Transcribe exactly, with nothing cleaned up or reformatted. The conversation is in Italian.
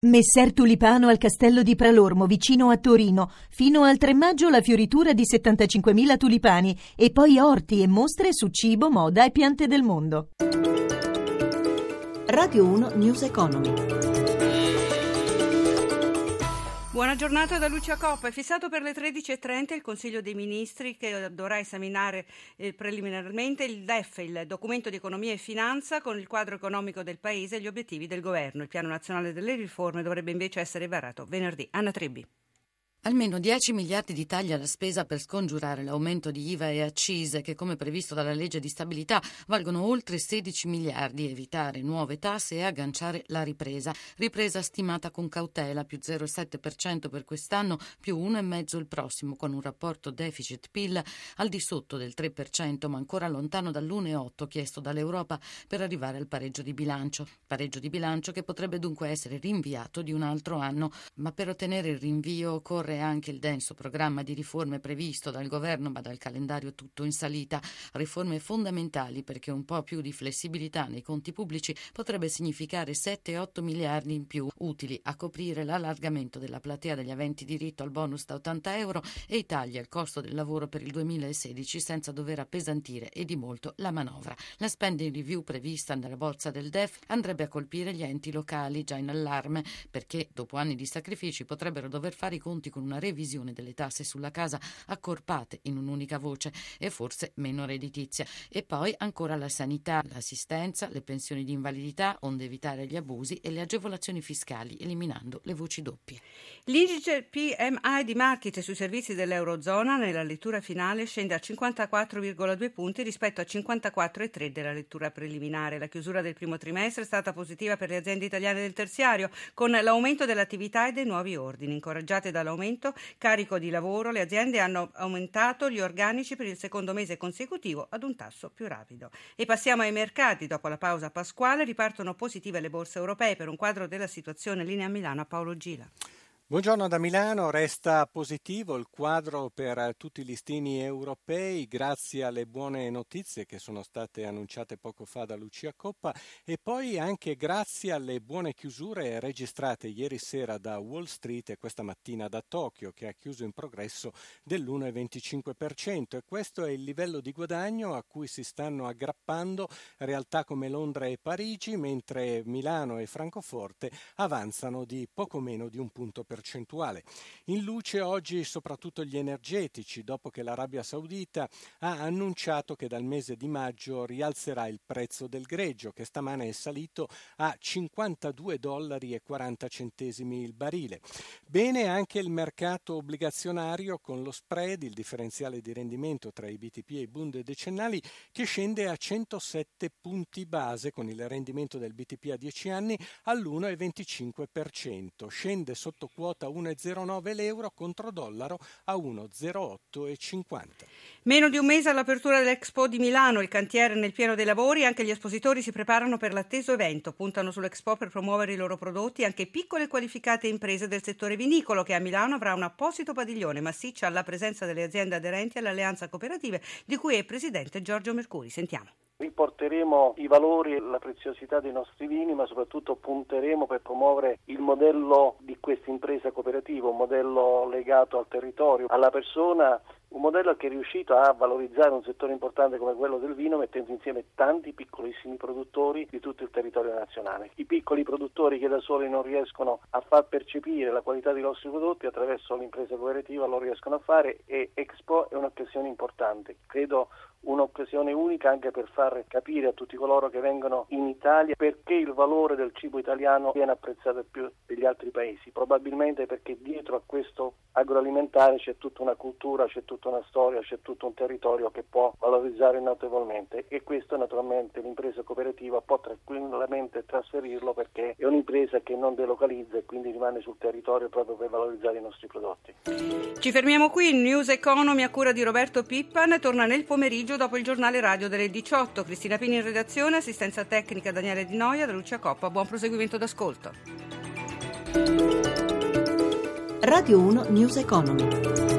Messer Tulipano al castello di Pralormo, vicino a Torino. Fino al tre maggio la fioritura di settantacinquemila tulipani e poi orti e mostre su cibo, moda e piante del mondo. Radio uno News Economy. Buona giornata da Lucia Coppa. È fissato per le tredici e trenta il Consiglio dei Ministri che dovrà esaminare eh, preliminarmente il D E F, il documento di economia e finanza con il quadro economico del Paese e gli obiettivi del governo. Il piano nazionale delle riforme dovrebbe invece essere varato venerdì. Anna Trebbi. Almeno dieci miliardi di tagli alla spesa per scongiurare l'aumento di I V A e accise che, come previsto dalla legge di stabilità, valgono oltre sedici miliardi, evitare nuove tasse e agganciare la ripresa. Ripresa stimata con cautela, più zero virgola sette per cento per quest'anno, più uno virgola cinque per cento il prossimo, con un rapporto deficit-P I L al di sotto del tre per cento, ma ancora lontano dall'uno virgola otto per cento chiesto dall'Europa per arrivare al pareggio di bilancio. Pareggio di bilancio che potrebbe dunque essere rinviato di un altro anno, ma per ottenere il rinvio occorre anche il denso programma di riforme previsto dal governo, ma dal calendario tutto in salita. Riforme fondamentali perché un po' più di flessibilità nei conti pubblici potrebbe significare sette otto miliardi in più, utili a coprire l'allargamento della platea degli aventi diritto al bonus da ottanta euro e i tagli al costo del lavoro per il duemilasedici senza dover appesantire e di molto la manovra. La spending review prevista nella bozza del D E F andrebbe a colpire gli enti locali già in allarme perché dopo anni di sacrifici potrebbero dover fare i conti con una revisione delle tasse sulla casa accorpate in un'unica voce e forse meno redditizia. E poi ancora la sanità, l'assistenza, le pensioni di invalidità, onde evitare gli abusi e le agevolazioni fiscali, eliminando le voci doppie. L'indice P M I di Markit sui servizi dell'Eurozona nella lettura finale scende a cinquantaquattro virgola due punti rispetto a cinquantaquattro virgola tre della lettura preliminare. La chiusura del primo trimestre è stata positiva per le aziende italiane del terziario, con l'aumento dell'attività e dei nuovi ordini. Incoraggiate dall'aumento carico di lavoro, le aziende hanno aumentato gli organici per il secondo mese consecutivo ad un tasso più rapido. E passiamo ai mercati. Dopo la pausa pasquale ripartono positive le borse europee. Per un quadro della situazione, linea Milano a Paolo Gila. Buongiorno da Milano, resta positivo il quadro per tutti i listini europei grazie alle buone notizie che sono state annunciate poco fa da Lucia Coppa e poi anche grazie alle buone chiusure registrate ieri sera da Wall Street e questa mattina da Tokyo, che ha chiuso in progresso dell'uno virgola venticinque per cento, e questo è il livello di guadagno a cui si stanno aggrappando realtà come Londra e Parigi, mentre Milano e Francoforte avanzano di poco meno di un punto percentuale. In luce oggi soprattutto gli energetici, dopo che l'Arabia Saudita ha annunciato che dal mese di maggio rialzerà il prezzo del greggio, che stamane è salito a cinquantadue dollari e quaranta centesimi il barile. Bene anche il mercato obbligazionario con lo spread, il differenziale di rendimento tra i B T P e i Bund decennali, che scende a centosette punti base con il rendimento del B T P a dieci anni all'uno virgola venticinque per cento. Scende sotto quota uno virgola zero nove l'euro contro dollaro a uno virgola zero otto cinquanta. Meno di un mese all'apertura dell'Expo di Milano, il cantiere nel pieno dei lavori, anche gli espositori si preparano per l'atteso evento, puntano sull'Expo per promuovere i loro prodotti, anche piccole e qualificate imprese del settore vinicolo, che a Milano avrà un apposito padiglione massiccia alla presenza delle aziende aderenti all'Alleanza Cooperative, di cui è presidente Giorgio Mercuri. Sentiamo. Riporteremo i valori e la preziosità dei nostri vini, ma soprattutto punteremo per promuovere il modello di questa impresa cooperativa, un modello legato al territorio, alla persona, un modello che è riuscito a valorizzare un settore importante come quello del vino, mettendo insieme tanti piccolissimi produttori di tutto il territorio nazionale. I piccoli produttori che da soli non riescono a far percepire la qualità dei nostri prodotti, attraverso l'impresa cooperativa lo riescono a fare, e Expo è un'occasione importante. Credo un'occasione unica anche per far capire a tutti coloro che vengono in Italia perché il valore del cibo italiano viene apprezzato più degli altri paesi, probabilmente perché dietro a questo agroalimentare c'è tutta una cultura, c'è tutta una storia, c'è tutto un territorio che può valorizzare notevolmente, e questo naturalmente l'impresa cooperativa può tranquillamente trasferirlo, perché è un'impresa che non delocalizza e quindi rimane sul territorio proprio per valorizzare i nostri prodotti. Ci fermiamo qui. News Economy a cura di Roberto Pippan torna nel pomeriggio dopo il giornale radio delle diciotto. Cristina Pini in redazione, assistenza tecnica Daniele Di Noia, da Lucia Coppa. Buon proseguimento d'ascolto. Radio uno News Economy.